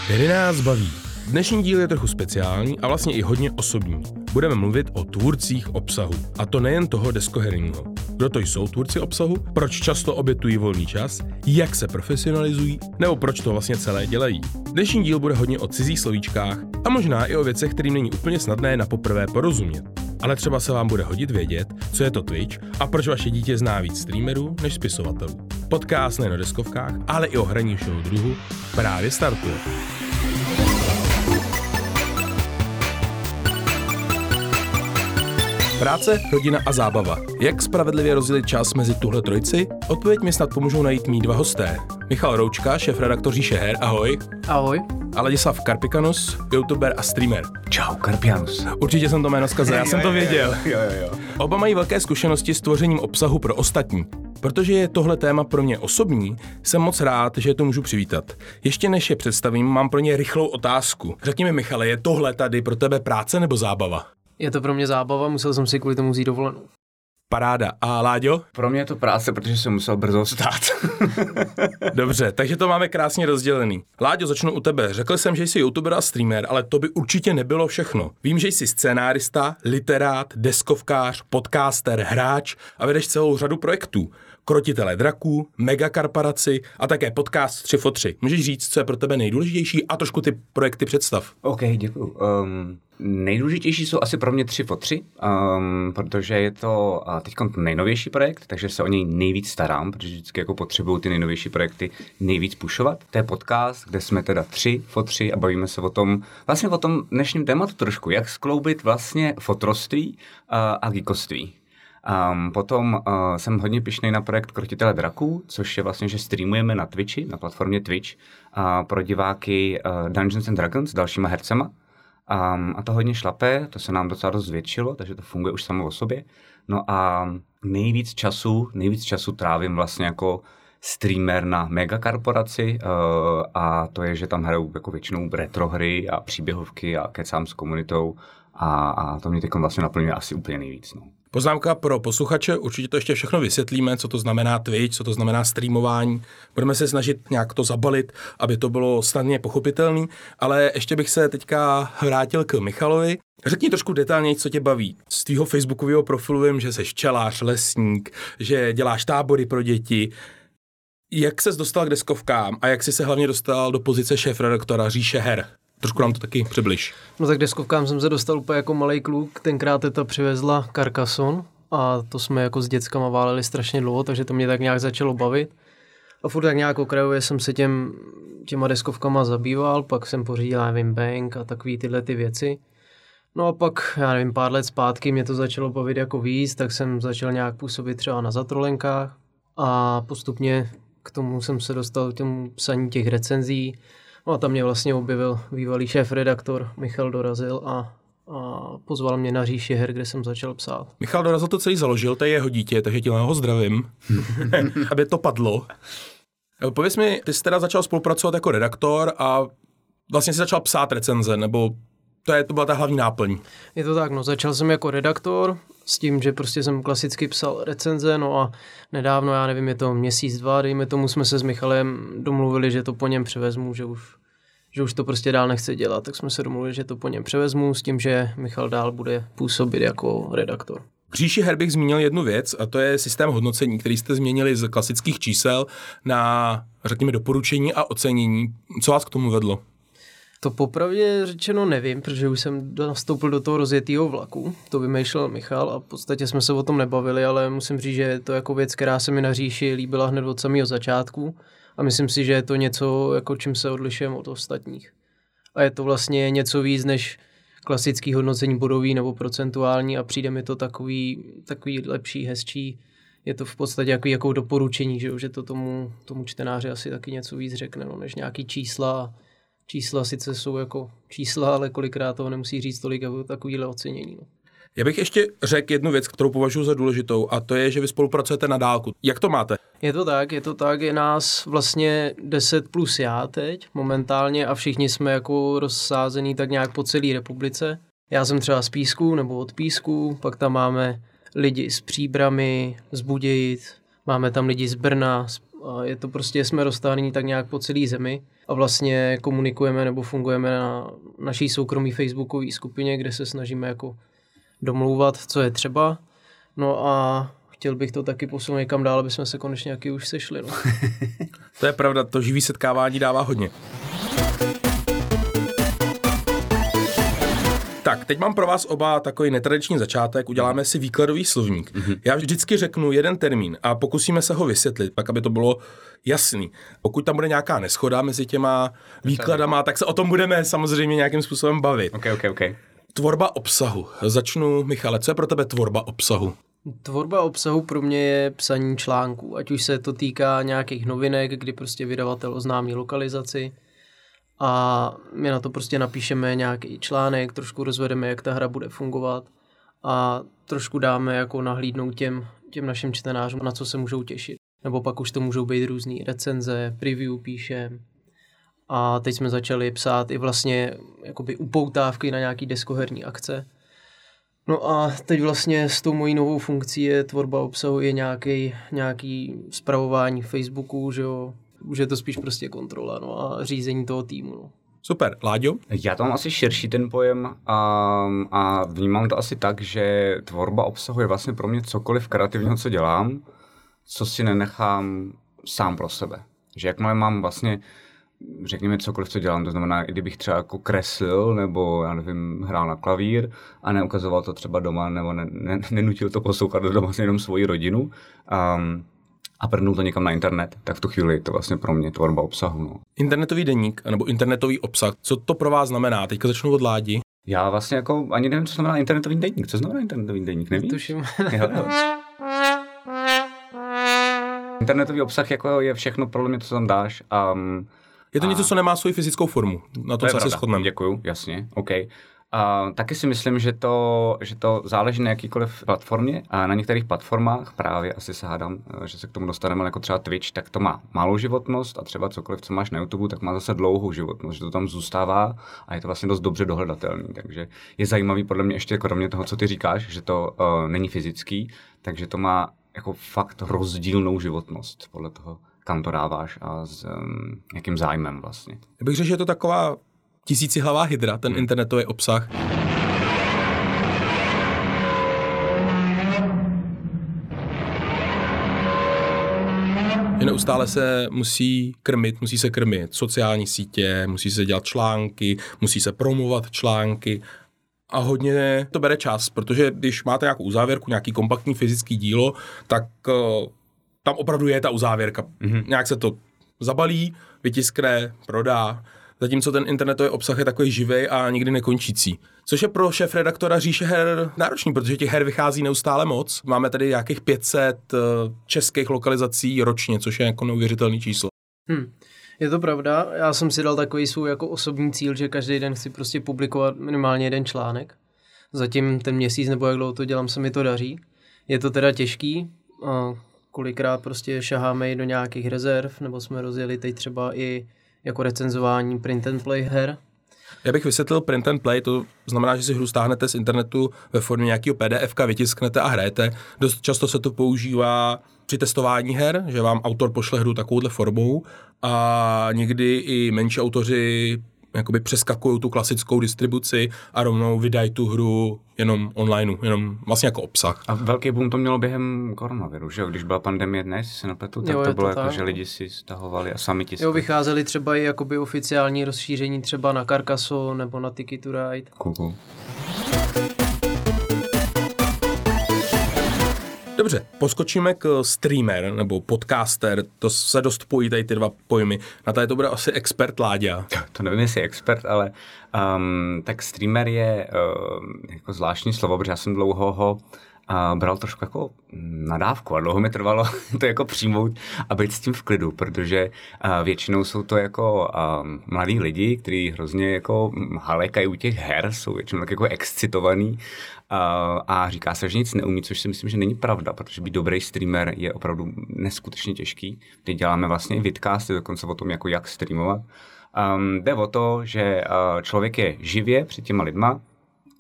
Hry nás baví. Dnešní díl je trochu speciální a vlastně i hodně osobní. Budeme mluvit o tvůrcích obsahu. A to nejen toho deskoherního. Kdo to jsou tvůrci obsahu, proč často obětují volný čas, jak se profesionalizují, nebo proč to vlastně celé dělají. Dnešní díl bude hodně o cizích slovíčkách a možná i o věcech, kterým není úplně snadné na poprvé porozumět. Ale třeba se vám bude hodit vědět, co je to Twitch a proč vaše dítě zná víc streamerů než spisovatelů. Podcast nejen o deskovkách, ale i o hraní všeho druhu právě startuje. Práce, rodina a zábava. Jak spravedlivě rozdělit čas mezi tuhle trojici? Odpověď mi snad pomůžou najít mý dva hosté. Michal Roučka, šéfredaktor Říše her, ahoj. Ahoj. A Ladislav Karpikanus, youtuber a streamer. Čau, Karpianus. Určitě jsem to jméno zkazil, já jsem to věděl. Jo. Oba mají velké zkušenosti s tvořením obsahu pro ostatní. Protože je tohle téma pro mě osobní, jsem moc rád, že je to můžu přivítat. Ještě než je představím, mám pro ně rychlou otázku. Řekni mi, Michale, je tohle tady pro tebe práce nebo zábava? Je to pro mě zábava, musel jsem si kvůli tomu vzít dovolenou. Paráda. A Láďo? Pro mě je to práce, protože jsem musel brzo vstát. Dobře, takže to máme krásně rozdělený. Láďo, začnu u tebe. Řekl jsem, že jsi youtuber a streamer, ale to by určitě nebylo všechno. Vím, že jsi scénárista, literát, deskovkář, podcaster, hráč a vedeš celou řadu projektů. Krotitele draků, Megakarparaci a také podcast 3x3. Můžeš říct, co je pro tebe nejdůležitější a trošku ty projekty představ. OK, děkuju. Nejdůležitější jsou asi pro mě 3x3, protože je to teď nejnovější projekt, takže se o něj nejvíc starám, protože vždycky jako potřebuju ty nejnovější projekty nejvíc pušovat. To je podcast, kde jsme teda 3x3 a bavíme se o tom dnešním tématu trošku, jak skloubit vlastně fotroství a geekoství. Potom jsem hodně pyšnej na projekt Krotitele draků, což je vlastně, že streamujeme na Twitchi, na platformě Twitch pro diváky Dungeons and Dragons s dalšíma hercema. A to hodně šlape, to se nám docela dost zvětšilo, takže to funguje už samo o sobě. No a nejvíc času trávím vlastně jako streamer na Megakarparaci a to je, že tam hraju jako většinou retro hry a příběhovky a kecám s komunitou a to mě teď vlastně naplňuje asi úplně nejvíc. No. Poznámka pro posluchače, určitě to ještě všechno vysvětlíme, co to znamená Twitch, co to znamená streamování. Budeme se snažit nějak to zabalit, aby to bylo snadně pochopitelné, ale ještě bych se teďka vrátil k Michalovi. Řekni trošku detailněji, co tě baví. Z tvýho facebookového profilu vím, že jsi včelař, lesník, že děláš tábory pro děti. Jak ses dostal k deskovkám a jak jsi se hlavně dostal do pozice šéfredaktora Říše her? Trošku nám to taky přibliž. No tak deskovkám jsem se dostal úplně jako malej kluk, tenkrát teta přivezla Carcassonne a to jsme jako s dětskama váleli strašně dlouho, takže to mě tak nějak začalo bavit. A furt tak nějak okrajově jsem se těma deskovkama zabýval, pak jsem pořídil, Bank a takový tyhle ty věci. No a pak, já nevím, pár let zpátky mě to začalo bavit jako víc, tak jsem začal nějak působit třeba na zatrolenkách a postupně k tomu jsem se dostal k tomu psaní těch recenzí. No a tam mě vlastně objevil bývalý šéfredaktor Michal Dorazil a pozval mě na Říši her, kde jsem začal psát. Michal Dorazil to celý založil, to je jeho dítě, takže ti ho zdravím, aby to padlo. Pověz mi, ty jsi teda začal spolupracovat jako redaktor a vlastně jsi začal psát recenze, nebo to byla ta hlavní náplň? Je to tak, no začal jsem jako redaktor s tím, že prostě jsem klasicky psal recenze, no a nedávno, já nevím, je to měsíc, dva, dejme tomu, jsme se s Michalem domluvili, že to po něm převezmu, že už to prostě dál nechce dělat, tak jsme se domluvili, že to po něm převezmu s tím, že Michal dál bude působit jako redaktor. V Říši her bych zmínil jednu věc a to je systém hodnocení, který jste změnili z klasických čísel na, řekněme, doporučení a ocenění. Co vás k tomu vedlo? To popravdě řečeno nevím, protože už jsem nastoupil do toho rozjetého vlaku, to vymýšlel Michal a v podstatě jsme se o tom nebavili, ale musím říct, že je to jako věc, která se mi na Říši líbila hned od samého začátku a myslím si, že je to něco, jako čím se odlišujeme od ostatních. A je to vlastně něco víc než klasický hodnocení bodový nebo procentuální a přijde mi to takový lepší, hezčí. Je to v podstatě jako doporučení, že to tomu čtenáři asi taky něco víc řekne, no, než nějaký čísla. Čísla sice jsou jako čísla, ale kolikrát toho nemusí říct tolik jako takovýhle ocenění. No. Já bych ještě řekl jednu věc, kterou považuji za důležitou, a to je, že vy spolupracujete na dálku. Jak to máte? Je to tak, je nás vlastně 10 plus já teď momentálně a všichni jsme jako rozsázení tak nějak po celé republice. Já jsem třeba z Písku nebo od Písku, pak tam máme lidi z Příbrami, z Budějic, máme tam lidi z Brna, A je to prostě, jsme roztáhní tak nějak po celé zemi a vlastně komunikujeme nebo fungujeme na naší soukromé facebookové skupině, kde se snažíme jako domlouvat, co je třeba. No a chtěl bych to taky posunout někam dál, aby jsme se konečně nějaký už sešli. No. To je pravda, to živý setkávání dává hodně. Tak, teď mám pro vás oba takový netradiční začátek, uděláme si výkladový slovník. Já vždycky řeknu jeden termín a pokusíme se ho vysvětlit, tak aby to bylo jasný. Pokud tam bude nějaká neshoda mezi těma výkladama, tak se o tom budeme samozřejmě nějakým způsobem bavit. Okay. Tvorba obsahu. Začnu, Michale, co je pro tebe tvorba obsahu? Tvorba obsahu pro mě je psaní článků, ať už se to týká nějakých novinek, kdy prostě vydavatel oznámí lokalizaci a my na to prostě napíšeme nějaký článek, trošku rozvedeme, jak ta hra bude fungovat a trošku dáme jako nahlídnout těm našim čtenářům, na co se můžou těšit. Nebo pak už to můžou být různý recenze, preview píšem. A teď jsme začali psát i vlastně jakoby upoutávky na nějaký deskoherní akce. No a teď vlastně s tou mojí novou funkcí je tvorba obsahu, je nějaký spravování Facebooku, že jo. Už je to spíš prostě kontrola, no a řízení toho týmu, no. Super. Láďo? Já tam asi širší ten pojem a vnímám to asi tak, že tvorba obsahu je vlastně pro mě cokoliv kreativního, co dělám, co si nenechám sám pro sebe. Že jakmile mám vlastně, řekněme cokoliv, co dělám, to znamená, i kdybych třeba jako kreslil, nebo já nevím, hrál na klavír a neukazoval to třeba doma, nebo nenutil to poslouchat doma vlastně jenom svoji rodinu, a prdnul to někam na internet, tak v tu chvíli je to vlastně pro mě tvorba obsahu. No. Internetový deník, nebo internetový obsah, co to pro vás znamená? Teďka začnu od Ládi. Já vlastně jako ani nevím, co znamená internetový deník. Co znamená internetový deník, nevíš? Tuším. Jo. Internetový obsah jako je všechno, podle mě, co tam dáš. Je to něco, co nemá svoji fyzickou formu. Na tom se shodneme. Děkuju, jasně, OK. Taky si myslím, že to záleží na jakýkoliv platformě a na některých platformách právě asi se hádám, že se k tomu dostaneme jako třeba Twitch, tak to má malou životnost a třeba cokoliv, co máš na YouTube, tak má zase dlouhou životnost, že to tam zůstává a je to vlastně dost dobře dohledatelný, takže je zajímavý podle mě ještě kromě toho, co ty říkáš, že to není fyzický, takže to má jako fakt rozdílnou životnost podle toho, kam to dáváš a s jakým zájmem vlastně. Já bych řekl, že je to taková tisícihlavá hydra, ten internetový obsah. Že neustále se musí se krmit sociální sítě, musí se dělat články, musí se promovat články a hodně to bere čas, protože když máte nějakou uzávěrku, nějaký kompaktní fyzický dílo, tak tam opravdu je ta uzávěrka. Nějak se to zabalí, vytiskne, prodá. Zatímco ten internetový obsah je takový živej a nikdy nekončící. Což je pro šéfredaktora Říše her náročný, protože těch her vychází neustále moc. Máme tady nějakých 500 českých lokalizací ročně, což je jako neuvěřitelný číslo. Je to pravda. Já jsem si dal takový svůj jako osobní cíl, že každý den chci prostě publikovat minimálně jeden článek. Zatím ten měsíc nebo jak dlouho to dělám, se mi to daří. Je to teda těžký. Kolikrát prostě šaháme i do nějakých rezerv, nebo jsme rozjeli teď třeba i jako recenzování print and play her. Já bych vysvětlil print and play, to znamená, že si hru stáhnete z internetu ve formě nějakého PDF-ka, vytisknete a hrajete. Dost často se to používá při testování her, že vám autor pošle hru takovouhle formou a někdy i menší autoři jakoby přeskakují tu klasickou distribuci a rovnou vydají tu hru jenom online, jenom vlastně jako obsah. A velký boom to mělo během koronaviru, že jo? Když byla pandemie dnes, si napletu, tak to bylo jako, tak, že lidi si stahovali a sami tiskali. Jo, vycházeli třeba i jakoby oficiální rozšíření třeba na Carcassonne nebo na Ticket to Ride. Cool. Dobře, poskočíme k streamer nebo podcaster, to se dost pojí tady ty dva pojmy. Na to bude asi expert Láďa. To nevím, jestli expert, ale tak streamer je jako zvláštní slovo, protože já jsem dlouho ho bral trošku jako nadávku a dlouho mi trvalo to jako přijmout a být s tím v klidu, protože většinou jsou to jako mladí lidi, kteří hrozně jako halekají u těch her, jsou většinou tak jako excitovaný a říká se, že nic neumí, což si myslím, že není pravda, protože být dobrý streamer je opravdu neskutečně těžký. Teď děláme vlastně i vidcasty dokonce o tom, jako jak streamovat. Jde o to, že člověk je živě před těma lidma,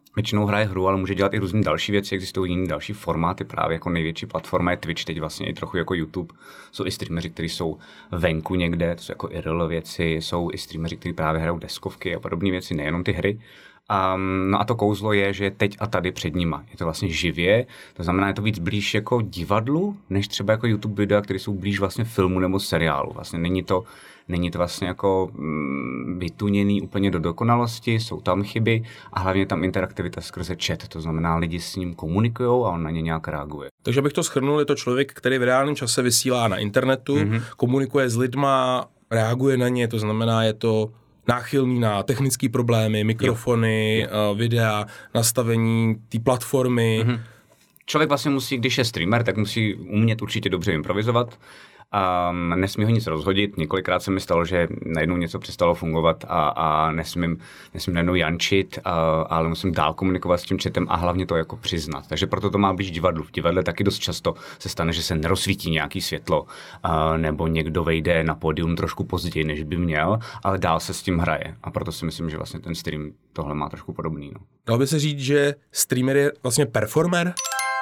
většinou hraje hru, ale může dělat i různé další věci, existují jiné další formáty, právě jako největší platforma je Twitch, teď vlastně i trochu jako YouTube. Jsou i streameři, kteří jsou venku někde, to jsou jako IRL věci, jsou i streameři, kteří právě hrajou deskovky a podobné věci, nejenom ty hry. No a to kouzlo je, že je teď a tady před nima. Je to vlastně živě, to znamená, je to víc blíž jako divadlu, než třeba jako YouTube videa, které jsou blíž vlastně filmu nebo seriálu. Vlastně není to vlastně jako vytuněný úplně do dokonalosti, jsou tam chyby a hlavně tam interaktivita skrze chat, to znamená, lidi s ním komunikujou a on na ně nějak reaguje. Takže bych to shrnul, je to člověk, který v reálném čase vysílá na internetu, komunikuje s lidma, reaguje na ně, to znamená, je to náchylný na technické problémy, mikrofony, videa, nastavení té platformy. Člověk vlastně musí, když je streamer, tak musí umět určitě dobře improvizovat. Nesmí ho nic rozhodit. Několikrát se mi stalo, že najednou něco přestalo fungovat a nesmím najednou jančit, ale musím dál komunikovat s tím chatem a hlavně to jako přiznat. Takže proto to má blíž divadlu. V divadle taky dost často se stane, že se nerozsvítí nějaký světlo nebo někdo vejde na pódium trošku později, než by měl, ale dál se s tím hraje. A proto si myslím, že vlastně ten stream tohle má trošku podobný. No. Dalo by se říct, že streamer je vlastně performer?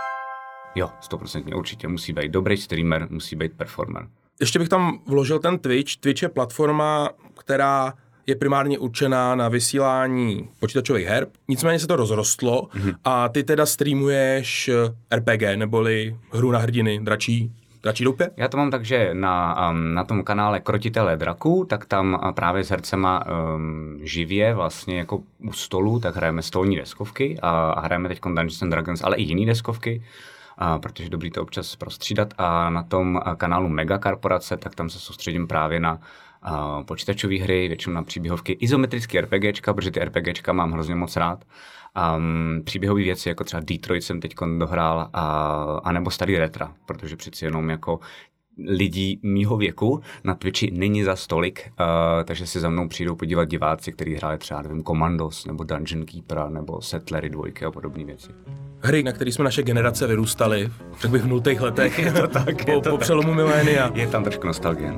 Jo, 100% určitě musí být dobrý streamer, musí být performer. Ještě bych tam vložil ten Twitch. Twitch je platforma, která je primárně určená na vysílání počítačových her. Nicméně se to rozrostlo a ty teda streamuješ RPG, neboli hru na hrdiny, dračí doupě? Já to mám tak, že na tom kanále Krotitelé draků, tak tam právě s hercema živě vlastně jako u stolu, tak hrajeme stolní deskovky a hrajeme teď Dungeons and Dragons, ale i jiný deskovky. Protože je dobrý to občas prostřídat a na tom kanálu Mega Korporace, tak tam se soustředím právě na počítačové hry, většinou na příběhovky, izometrické RPGčka, protože ty RPGčka mám hrozně moc rád. Příběhové věci, jako třeba Detroit jsem teď dohrál, a nebo starý retra, protože přeci jenom jako lidí mýho věku na Twitchi není za stolik, takže si za mnou přijdou podívat diváci, kteří hráli třeba, nevím, Commandos, nebo Dungeon Keepera, nebo Settlery 2 a podobné věci. Hry, na které jsme naše generace vyrůstali, řekl bych v 0. letech, je to tak, po přelomu milénia. Je tam trošku nostalgie.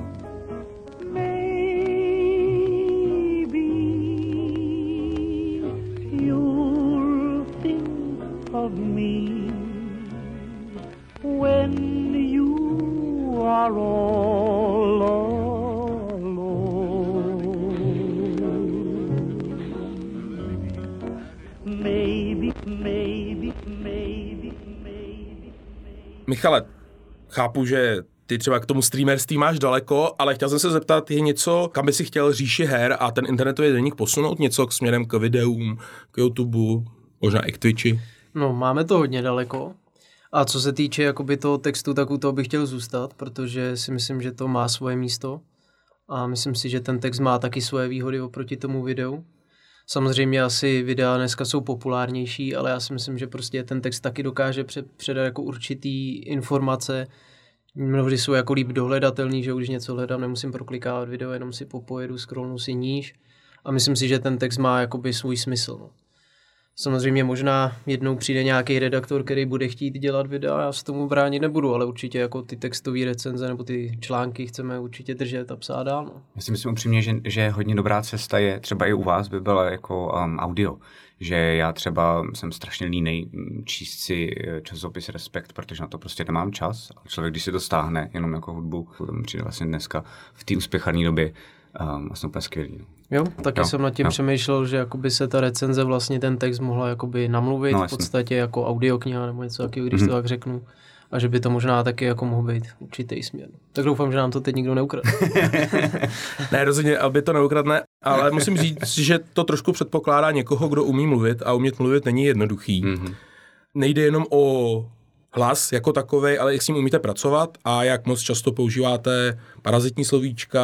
Michale, chápu, že ty třeba k tomu streamerství máš daleko, ale chtěl jsem se zeptat, je něco, kam by si chtěl říši her a ten internetový deník posunout, něco k směrem k videům, k YouTube, možná i k Twitchi? No, máme to hodně daleko. A co se týče jakoby toho textu, tak u toho bych chtěl zůstat, protože si myslím, že to má svoje místo. A myslím si, že ten text má taky svoje výhody oproti tomu videu. Samozřejmě asi videa dneska jsou populárnější, ale já si myslím, že prostě ten text taky dokáže předat jako určitý informace. Mnohdy jsou jako líp dohledatelný, že když něco hledám, nemusím proklikávat video, jenom si popojedu, scrollnu si níž. A myslím si, že ten text má jakoby svůj smysl. No. Samozřejmě možná jednou přijde nějaký redaktor, který bude chtít dělat videa, já se tomu bránit nebudu, ale určitě jako ty textové recenze nebo ty články chceme určitě držet a psát dál. No. Já si myslím upřímně, že hodně dobrá cesta je, třeba i u vás by byla jako audio, že já třeba jsem strašně línej číst si časopis Respekt, protože na to prostě nemám čas, ale člověk, když si to stáhne jenom jako hudbu, to mi přijde vlastně dneska v té úspěchané době vlastně úplně skvělý. No. Jo, taky jsem nad tím přemýšlel, že jakoby se ta recenze vlastně ten text mohla jakoby namluvit v podstatě jako audiokniha nebo něco takového, když to tak řeknu. A že by to možná taky jako mohl být určitý směr. Tak doufám, že nám to teď nikdo neukradne. Ne, rozhodně, aby to neukradne, ale musím říct, že to trošku předpokládá někoho, kdo umí mluvit a umět mluvit není jednoduchý. Nejde jenom o hlas jako takovej, ale jak s ním umíte pracovat a jak moc často používáte parazitní slovíčka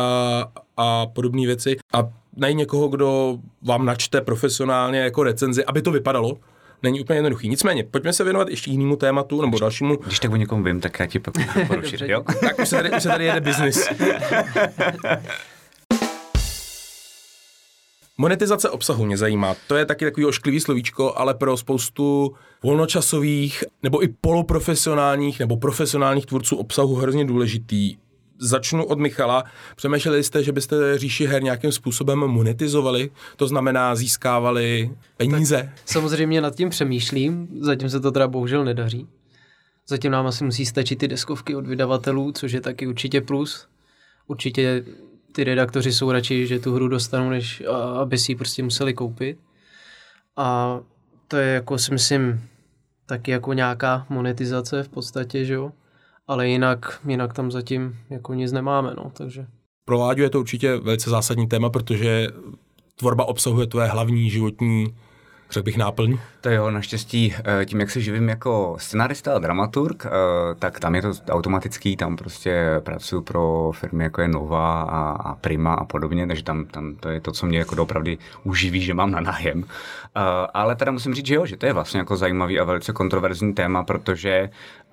a podobné věci. A najít někoho, kdo vám načte profesionálně jako recenzi, aby to vypadalo, není úplně jednoduchý. Nicméně, pojďme se věnovat ještě jinému tématu nebo dalšímu. Když tak o někom vím, tak já ti pak poručit, jo? Tak už se tady jede biznis. Monetizace obsahu mě zajímá. To je taky takový ošklivý slovíčko, ale pro spoustu volnočasových nebo i poloprofesionálních nebo profesionálních tvůrců obsahu hrozně důležitý. začnu od Michala. Přemýšleli jste, že byste říši her nějakým způsobem monetizovali? To znamená získávali peníze? Tak samozřejmě nad tím přemýšlím, zatím se to teda bohužel nedaří. Zatím nám asi musí stačit ty deskovky od vydavatelů, což je taky určitě plus. Určitě ty redaktoři jsou radši, že tu hru dostanou, než aby si ji prostě museli koupit. A to je jako si myslím taky jako nějaká monetizace v podstatě, že jo? Ale jinak tam zatím jako nic nemáme, no, takže. Pro Láďu je to určitě velice zásadní téma, protože tvorba obsahu je tvoje hlavní životní, řekl bych, náplň. To jo, naštěstí tím, jak se živím jako scenarista a dramaturg, tak tam je to automatický, tam prostě pracuji pro firmy jako je Nova a Prima a podobně, takže tam to je to, co mě jako doopravdy uživí, že mám na nájem. Ale teda musím říct, že jo, že to je vlastně jako zajímavý a velice kontroverzní téma, protože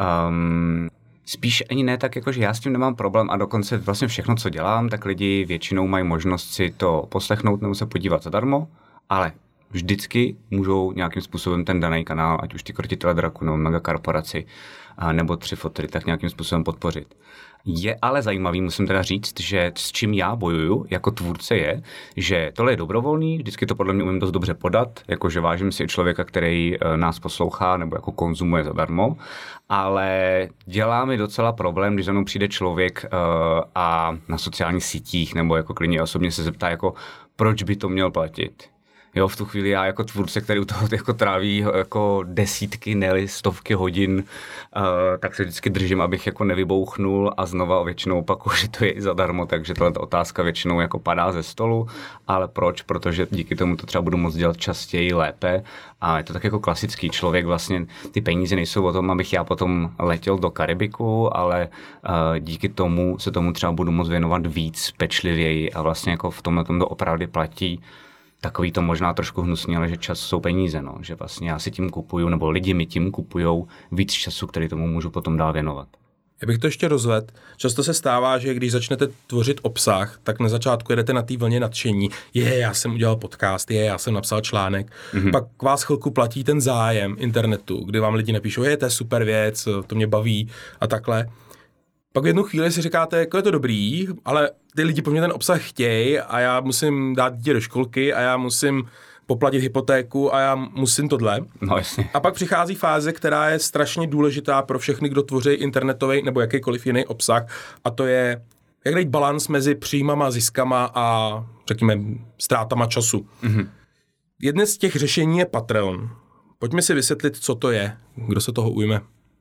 spíš ani ne tak, jako, že já s tím nemám problém a dokonce vlastně všechno, co dělám, tak lidi většinou mají možnost si to poslechnout nebo se podívat zadarmo, ale vždycky můžou nějakým způsobem ten daný kanál, ať už ty Krotitele draků nebo megakorporaci nebo 3 fotry, tak nějakým způsobem podpořit. Je ale zajímavý, musím teda říct, že s čím já bojuju jako tvůrce je, že tohle je dobrovolný, vždycky to podle mě umím dost dobře podat, jakože vážím si člověka, který nás poslouchá nebo jako konzumuje zadarmo, ale dělá mi docela problém, když za mnou přijde člověk a na sociálních sítích nebo jako klidně osobně se zeptá, jako proč by to měl platit. Jo, v tu chvíli já jako tvůrce, který u toho jako tráví jako desítky, ne stovky hodin, tak se vždycky držím, abych jako nevybouchnul a znova většinou opakuju, že to je i zadarmo, takže tato otázka většinou jako padá ze stolu, ale proč? Protože díky tomu to třeba budu moct dělat častěji, lépe a je to tak jako klasický člověk, vlastně ty peníze nejsou o tom, abych já potom letěl do Karibiku, ale díky tomu se tomu třeba budu moct věnovat víc, pečlivěji a vlastně jako v tomhle to opravdu platí. Takový to možná trošku hnusný, ale že čas jsou peníze, no. Že vlastně já si tím kupuju, nebo lidi mi tím kupujou víc času, který tomu můžu potom dál věnovat. Já bych to ještě rozvedl. Často se stává, že když začnete tvořit obsah, tak na začátku jedete na té vlně nadšení. Já jsem udělal podcast, já jsem napsal článek. Pak vás chvilku platí ten zájem internetu, kdy vám lidi napíšou, to je super věc, to mě baví a takhle. Pak v jednu chvíli si říkáte, jako je to dobrý, ale ty lidi po mně ten obsah chtějí a já musím dát dítě do školky a já musím poplatit hypotéku a já musím tohle. No jasně. A pak přichází fáze, která je strašně důležitá pro všechny, kdo tvoří internetový nebo jakýkoliv jiný obsah, a to je, jak najít balans mezi příjmama, ziskama a, řekněme, ztrátama času. Jedné z těch řešení je Patreon. Pojďme si vysvětlit, co to je. Kdo se toho ujme?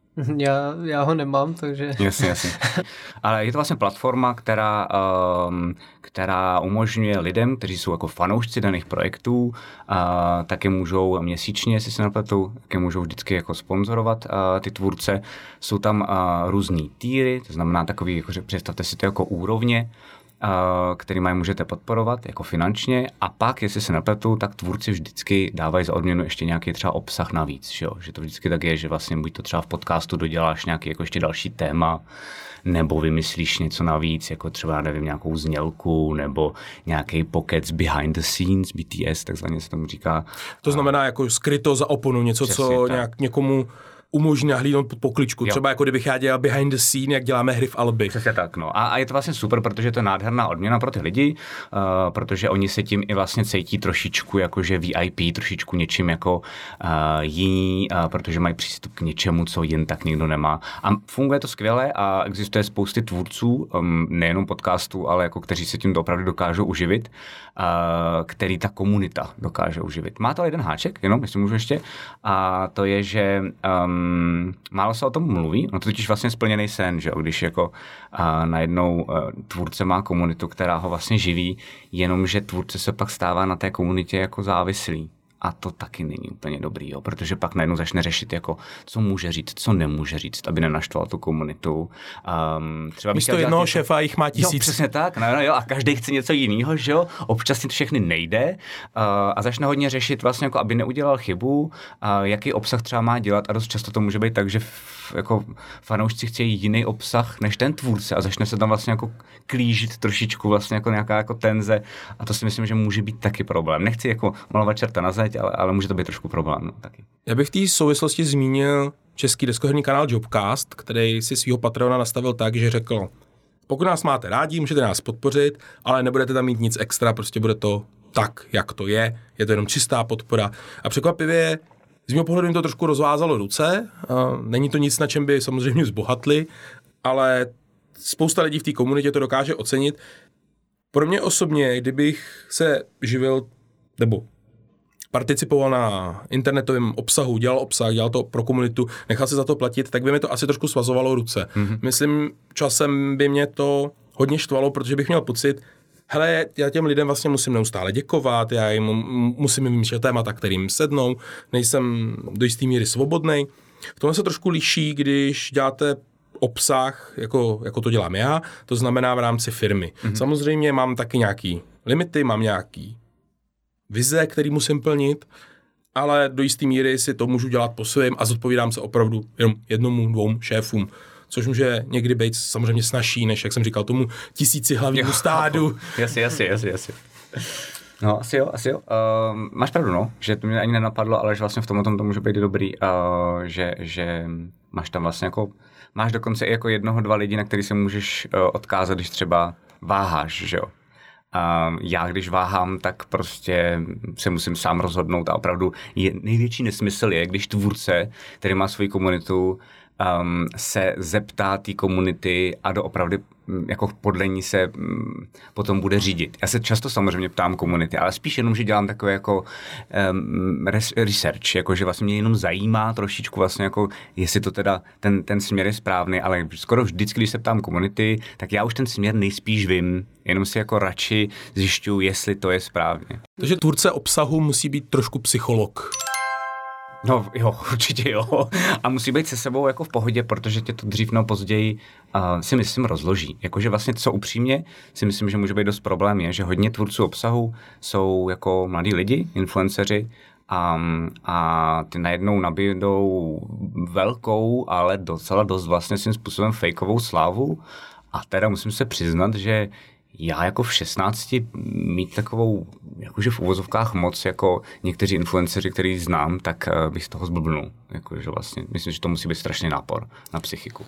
Já ho nemám, takže... Jasně. Ale je to vlastně platforma, která umožňuje lidem, kteří jsou jako fanoušci daných projektů, taky můžou měsíčně, jestli se nepletu, taky můžou vždycky jako sponzorovat ty tvůrce. Jsou tam různý týry, to znamená takový, jako, představte si to jako úrovně, kterými můžete podporovat jako finančně, a pak, jestli se nepletu, tak tvůrci vždycky dávají za odměnu ještě nějaký třeba obsah navíc, že to vždycky tak je, že vlastně buď to třeba v podcastu doděláš nějaký jako ještě další téma, nebo vymyslíš něco navíc, jako třeba, nevím, nějakou znělku, nebo nějaký pokec behind the scenes, BTS, takzvaně se tomu říká. To znamená jako skryto za oponu, něco, přesně, co nějak někomu umožní nahlídnout pod pokličku. Jo. Třeba jako kdybych já dělal behind the scene, jak děláme hry v Albi. Přesně tak, no. A je to vlastně super, protože to je nádherná odměna pro ty lidi, protože oni se tím i vlastně cítí trošičku jakože VIP, trošičku něčím jako jiní, protože mají přístup k něčemu, co jen tak nikdo nemá. A funguje to skvěle a existuje spousty tvůrců, nejenom podcastů, ale jako kteří se tím opravdu dokážou uživit, který ta komunita dokáže uživit. Má to jeden háček, jenom, jestli můžu ještě, a to je, že málo se o tom mluví, no to totiž vlastně splněný sen, že když jako najednou tvůrce má komunitu, která ho vlastně živí, jenomže tvůrce se pak stává na té komunitě jako závislý. A to taky není úplně dobrý, jo, protože pak najednou začne řešit, jako, co může říct, co nemůže říct, aby nenaštval tu komunitu. Třeba místo jednoho šéfa jich má 1000. Jo, přesně tak, no, jo, a každý chce něco jiného, že jo, občas to všechny nejde a začne hodně řešit vlastně, jako, aby neudělal chybu, jaký obsah třeba má dělat, a dost často to může být tak, že jako fanoušci chtějí jiný obsah než ten tvůrce a začne se tam vlastně jako klížit trošičku vlastně jako nějaká jako tenze, a to si myslím, že může být taky problém. Nechci jako malovat čerta na zeď, ale může to být trošku problém, no, taky. Já bych v té souvislosti zmínil český deskoherní kanál Jobcast, který si svýho Patreona nastavil tak, že řekl: Pokud nás máte rádi, můžete nás podpořit, ale nebudete tam mít nic extra, prostě bude to tak, jak to je to jenom čistá podpora. A překvapivě, z mého pohledu jim to trošku rozvázalo ruce, není to nic, na čem by samozřejmě zbohatli, ale spousta lidí v té komunitě to dokáže ocenit. Pro mě osobně, kdybych se živil, nebo participoval na internetovém obsahu, dělal to pro komunitu, nechal se za to platit, tak by mi to asi trošku svazovalo ruce. Myslím, časem by mě to hodně štvalo, protože bych měl pocit, hele, já těm lidem vlastně musím neustále děkovat, já jim musím vymýšlet témata, kterým sednou, nejsem do jistý míry svobodnej. V tom se trošku liší, když děláte obsah, jako to dělám já, to znamená v rámci firmy. Samozřejmě mám taky nějaký limity, mám nějaký vize, který musím plnit, ale do jisté míry si to můžu dělat po svém a zodpovídám se opravdu jenom 1, 2 šéfům, což může někdy být samozřejmě snazší, než, jak jsem říkal, tomu 1000 hlavnímu stádu. Jasně. No, asi jo. Máš pravdu, no, že to mě ani nenapadlo, ale že vlastně v tomhle to může být dobrý, že máš tam vlastně jako, máš dokonce i jako 1, 2 lidi, na který se můžeš odkázat, když třeba váháš, že jo. Já, když váhám, tak prostě se musím sám rozhodnout a opravdu největší nesmysl je, když tvůrce, který má svoji komunitu, se zeptá té komunity a doopravdy jako podle ní se potom bude řídit. Já se často samozřejmě ptám komunity, ale spíš jenom, že dělám takové jako research, jako že vlastně mě jenom zajímá trošičku vlastně jako, jestli to teda ten směr je správný, ale skoro vždycky, když se ptám komunity, tak já už ten směr nejspíš vím, jenom si jako radši zjišťuju, jestli to je správně. Takže tvůrce obsahu musí být trošku psycholog. No jo, určitě jo. A musí být se sebou jako v pohodě, protože tě to dřív nebo později si myslím rozloží. Jakože vlastně co upřímně si myslím, že může být dost problém je, že hodně tvůrců obsahu jsou jako mladí lidi, influenceři a ty najednou nabídou velkou, ale docela dost vlastně svým způsobem fejkovou slávu a teda musím se přiznat, že já jako v 16 mít takovou, jakože v uvozovkách moc, jako někteří influenceři, který znám, tak bych z toho zblbnul. Jakože vlastně, myslím, že to musí být strašný nápor na psychiku.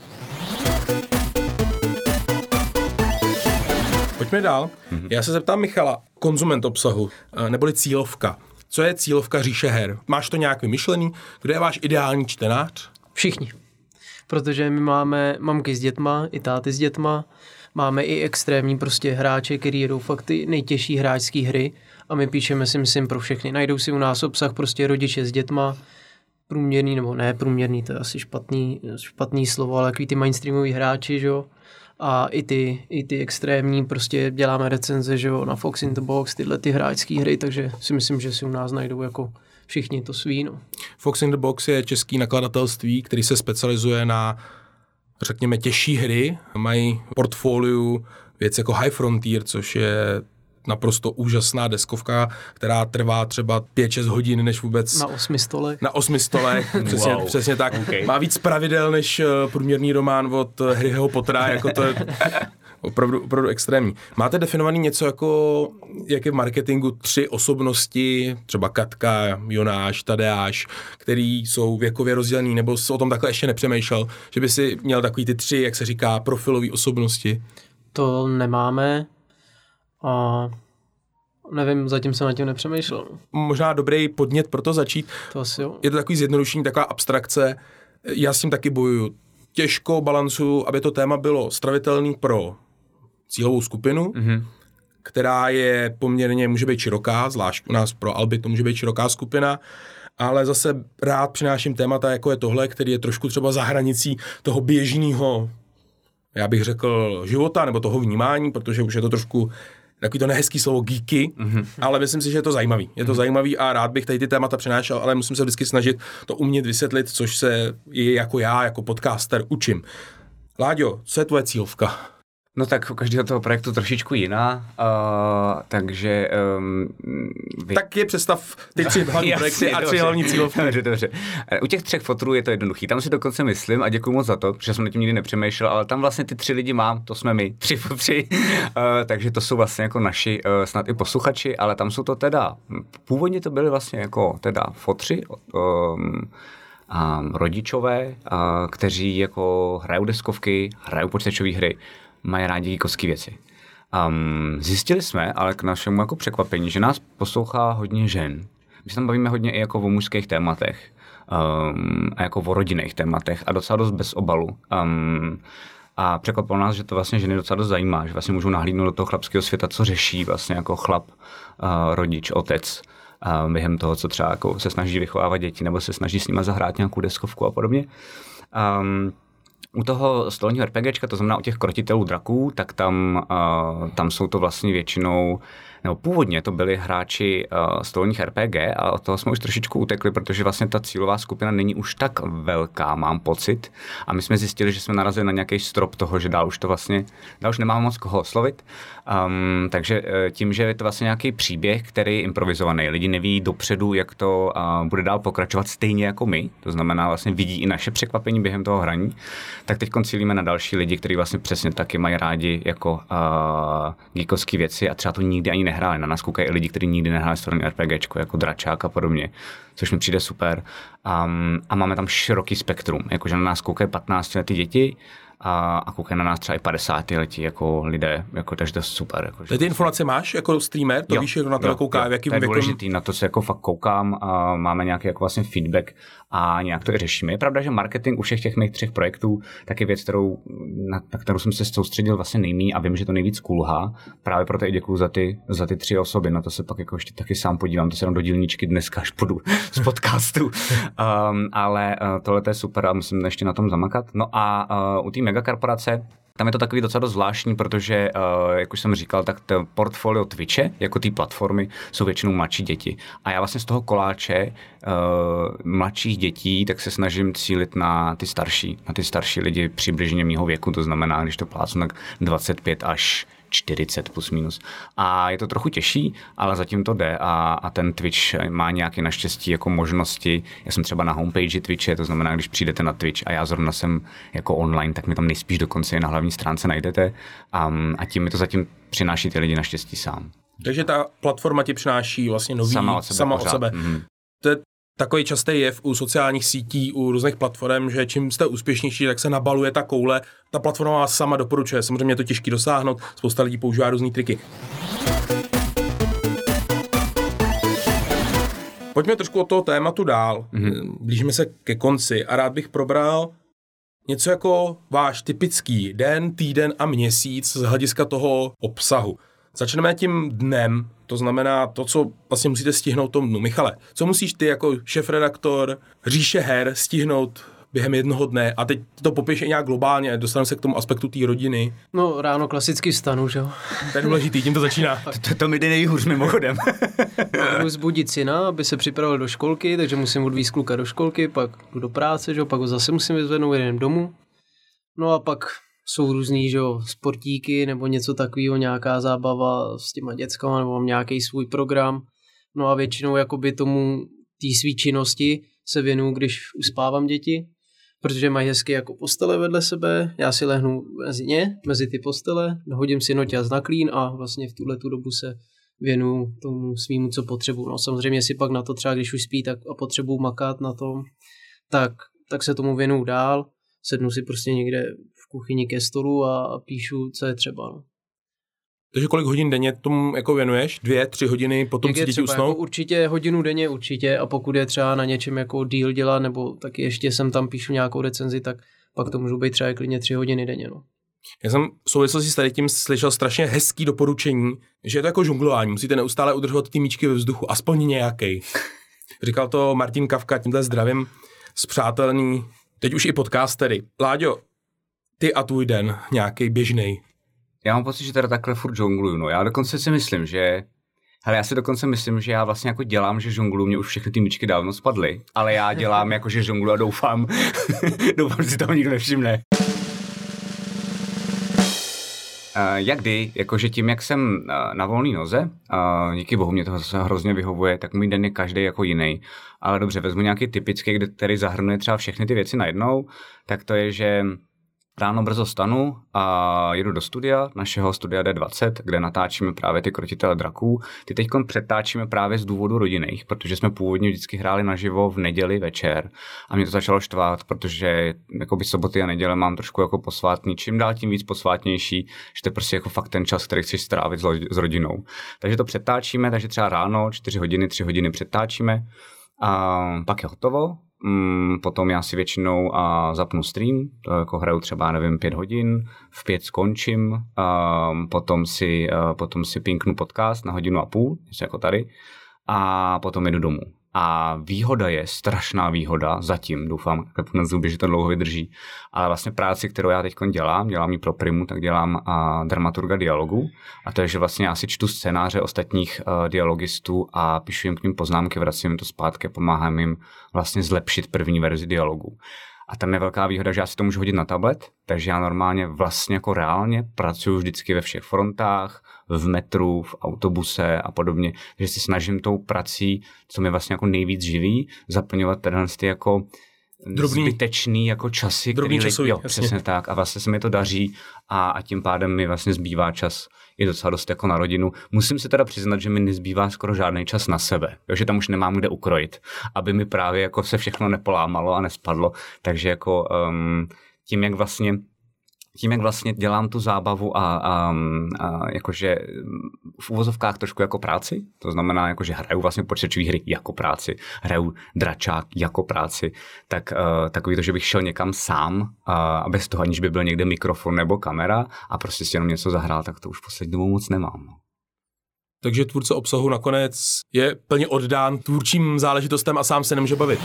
Pojďme dál. Já se zeptám Michala, konzument obsahu, neboli cílovka. Co je cílovka říše her? Máš to nějak vymyšlený? Kdo je váš ideální čtenář? Všichni. Protože my máme mamky s dětma, i táty s dětma, máme i extrémní prostě hráče, který jedou fakt ty nejtěžší hráčské hry a my píšeme si, myslím, pro všechny. Najdou si u nás obsah prostě rodiče s dětma, průměrný, nebo ne průměrný, to je asi špatný slovo, ale takový ty mainstreamoví hráči, že jo. A i ty extrémní, prostě děláme recenze, že jo, na Fox in the Box, tyhle ty hráčské hry, takže si myslím, že si u nás najdou jako všichni to svý, no. Fox in the Box je český nakladatelství, který se specializuje na, řekněme, těžší hry. Mají portfoliu věc jako High Frontier, což je naprosto úžasná deskovka, která trvá třeba 5-6 hodin, než vůbec... Na 8 stolech. Na 8 stolech, přesně tak. Okay. Má víc pravidel než průměrný román od Harryho Pottera, jako to je opravdu extrémní. Máte definovaný něco jako, jak je v marketingu 3 osobnosti, třeba Katka, Jonáš, Tadeáš, který jsou věkově rozdělený, nebo jsi o tom takhle ještě nepřemýšlel, že by si měl takový ty 3, jak se říká, profilové osobnosti? To nemáme. A nevím, zatím jsem na tím nepřemýšlel. Možná dobrý podnět pro to začít. To asi jo. Je to takový zjednodušení, taková abstrakce. Já s tím taky bojuju. Těžko balancuju, aby to téma bylo stravitelný pro cílovou skupinu, která je poměrně, může být široká, zvlášť u nás pro Alby to může být široká skupina, ale zase rád přináším témata, jako je tohle, který je trošku třeba za hranicí toho běžného, já bych řekl, života nebo toho vnímání, protože už je to trošku takový to nehezký slovo geeky, ale myslím si, že je to zajímavý. Je to zajímavý a rád bych tady ty témata přinášel, ale musím se vždycky snažit to umět vysvětlit, což se i jako já, jako podcaster učím. Láďo, co je tvoje cílovka? No tak u každého toho projektu trošičku jiná, takže... Tak je představ ty 3 hlavní projekty a 3 hlavní cílovky. Dobře. U těch 3 fotrů je to jednoduchý. Tam si dokonce myslím, a děkuji moc za to, že jsem na tím nikdy nepřemýšlel, ale tam vlastně ty 3 lidi mám, to jsme my, 3 fotři, takže to jsou vlastně jako naši snad i posluchači, ale tam jsou to teda, původně to byly vlastně jako teda fotři, rodičové, kteří jako hrajou deskovky, hrajou počítačové hry, mají rádi geekovské věci. Zjistili jsme, ale k našemu jako překvapení, že nás poslouchá hodně žen. My se tam bavíme hodně i jako o mužských tématech a jako o rodinných tématech a docela dost bez obalu. A překvapilo nás, že to vlastně ženy docela dost zajímá, že vlastně můžou nahlídnout do toho chlapského světa, co řeší vlastně jako chlap, rodič, otec během toho, co třeba jako se snaží vychovávat děti nebo se snaží s nima zahrát nějakou deskovku a podobně. U toho stolního RPGčka, to znamená u těch krotitelů draků, tak tam jsou to vlastně většinou, nebo původně to byli hráči stolních RPG a od toho jsme už trošičku utekli, protože vlastně ta cílová skupina není už tak velká, mám pocit. A my jsme zjistili, že jsme narazili na nějaký strop toho, že dál už nemáme moc koho oslovit. Takže tím, že je to vlastně nějaký příběh, který je improvizovaný, lidi neví dopředu, jak to bude dál pokračovat stejně jako my, to znamená vlastně vidí i naše překvapení během toho hraní, tak teď cílíme na další lidi, kteří vlastně přesně taky mají rádi jako geekovské věci a třeba to nikdy ani nehráli. Na nás koukají i lidi, kteří nikdy nehráli stolní RPGčko, jako Dračák a podobně, což mi přijde super. A máme tam široký spektrum, jakože na nás koukají 15letý děti a koukají na nás třeba i 50letí jako lidé, jako, takže to je super. Jako, ty informace máš jako streamer? To víš, jak na to kouká? To je důležitý, na to se jako fakt koukám a máme nějaký jako vlastně feedback a nějak to i řešíme. Je pravda, že marketing u všech těch mých 3 projektů tak je věc, na kterou jsem se soustředil vlastně nejméně a vím, že to nejvíc kulhá. Právě proto i děkuju za ty 3 osoby. Na to se pak jako ještě taky sám podívám, to se jenom do dílničky dneska, až půjdu z podcastu. Ale tohle je super a musím ještě na tom zamakat. No a u té megakorporace tam je to takový docela dost zvláštní, protože, jak už jsem říkal, tak to portfolio Twitche, jako té platformy, jsou většinou mladší děti. A já vlastně z toho koláče mladších dětí, tak se snažím cílit na ty starší lidi přibližně mýho věku, to znamená, když to plácnu, tak 25 až 40 plus minus. A je to trochu těžší, ale zatím to jde a ten Twitch má nějaké naštěstí jako možnosti. Já jsem třeba na homepage Twitche, to znamená, když přijdete na Twitch a já zrovna jsem jako online, tak mi tam nejspíš dokonce i na hlavní stránce najdete a tím mi to zatím přináší ty lidi naštěstí sám. Takže ta platforma ti přináší vlastně nový sama od sebe. Mm-hmm. To je takový častý jev u sociálních sítí, u různých platform, že čím jste úspěšnější, tak se nabaluje ta koule. Ta platforma vás sama doporučuje. Samozřejmě je to těžké dosáhnout, spousta lidí používá různý triky. Pojďme trošku od toho tématu dál. Blížíme se ke konci a rád bych probral něco jako váš typický den, týden a měsíc z hlediska toho obsahu. Začneme tím dnem, to znamená to, co vlastně musíte stihnout tomu dnu. Michale, co musíš ty jako šéfredaktor Říše her stihnout během jednoho dne? A teď to popiš i nějak globálně, dostaneme se k tomu aspektu té rodiny. No ráno klasicky vstanu, že jo. To je důležitý, tím to začíná. To mi jde nejhůř mimochodem. Budu zbudit syna, aby se připravil do školky, takže musím odvízt kluka do školky, pak jdu do práce, že jo, pak ho zase musím vyzvednout, jeden domů. No a pak jsou různý, že jo, sportíky nebo něco takového, nějaká zábava s těma dětskama nebo mám nějaký svůj program. No a většinou jakoby tomu té svý činnosti se věnuju, když uspávám děti, protože mají hezky jako postele vedle sebe, já si lehnu mezi ty postele, hodím si noťaz na klín a vlastně v tuhletu dobu se věnuju tomu svýmu, co potřebuju. No samozřejmě si pak na to třeba, když už spí tak a potřebuju makat na tom, tak se tomu věnuju dál, sednu si prostě někde v kuchyni ke stolu a píšu, co je třeba. No. Takže kolik hodin denně tomu jako věnuješ? 2-3 hodiny, potom si děti usnou? Jako určitě hodinu denně určitě a pokud je třeba na něčem jako deal dělat, nebo taky ještě jsem tam píšu nějakou recenzi, tak pak to můžou být třeba klidně 3 hodiny denně. No. Já jsem v souvislosti s tady tím slyšel strašně hezký doporučení, že je to jako žonglování, musíte neustále udržovat ty míčky ve vzduchu, aspoň nějaký. Říkal to Martin Kafka, tímhle zdravím, spřátelený, teď už i podcastery. Láďo, ty a tvůj den, nějaký běžnej. Já mám pocit, že teda takhle furt žongluju, no. Já dokonce si myslím, že já vlastně jako dělám, že žongluju, mě už všechny ty míčky dávno spadly, ale já dělám jako, že žongluju a doufám, že si toho nikdo nevšimne. Jakože tím, jak jsem na volný noze, díky bohu mě toho hrozně vyhovuje, tak můj den je každý jako jiný. Ale dobře, vezmu nějaký typický, který zahrnuje třeba všechny ty věci najednou, tak to je, že Ráno brzo stanu a jedu do studia, našeho studia D20, kde natáčíme právě ty Krotitele draků. Ty teďkon přetáčíme právě z důvodu rodinných, protože jsme původně vždycky hráli naživo v neděli večer a mě to začalo štvát, protože jakoby soboty a neděle mám trošku jako posvátný, čím dál tím víc posvátnější, že to je prostě jako fakt ten čas, který chceš strávit s rodinou. Takže to přetáčíme, takže třeba ráno 4 hodiny, 3 hodiny přetáčíme a pak je hotovo. Potom já si většinou zapnu stream, to jako hraju třeba, nevím, 5 hodin, v 5 skončím, potom si pinknu podcast na 1.5 hodiny, něco jako tady, a potom jedu domů. A výhoda je, strašná výhoda, zatím doufám, na zuby, že to dlouho vydrží, ale vlastně práci, kterou já teď dělám ji pro Primu, tak dělám dramaturga dialogu, a to je, že vlastně já si čtu scénáře ostatních dialogistů a píšu jim k ním poznámky, vracím jim to zpátky a pomáhám jim vlastně zlepšit první verzi dialogu. A tam je velká výhoda, že já si to můžu hodit na tablet, takže já normálně vlastně jako reálně pracuji vždycky ve všech frontách, v metru, v autobuse a podobně, takže si snažím tou prací, co mě vlastně jako nejvíc živí, zaplňovat ty jako zbytečný jako časy, drobný časový, jo, přesně tak, a vlastně se mi to daří a tím pádem mi vlastně zbývá čas i docela dost jako na rodinu. Musím si teda přiznat, že mi nezbývá skoro žádný čas na sebe, že tam už nemám kde ukrojit, aby mi právě jako se všechno nepolámalo a nespadlo, takže jako tím, jak vlastně dělám tu zábavu a jakože v uvozovkách trošku jako práci, to znamená, jakože hraju vlastně počítačové hry jako práci, hraju dračák jako práci, tak takový to, že bych šel někam sám a bez toho, aniž by byl někde mikrofon nebo kamera a prostě si jenom něco zahrál, tak to už poslední dobou moc nemám. Takže tvůrce obsahu nakonec je plně oddán tvůrčím záležitostem a sám se nemůže bavit.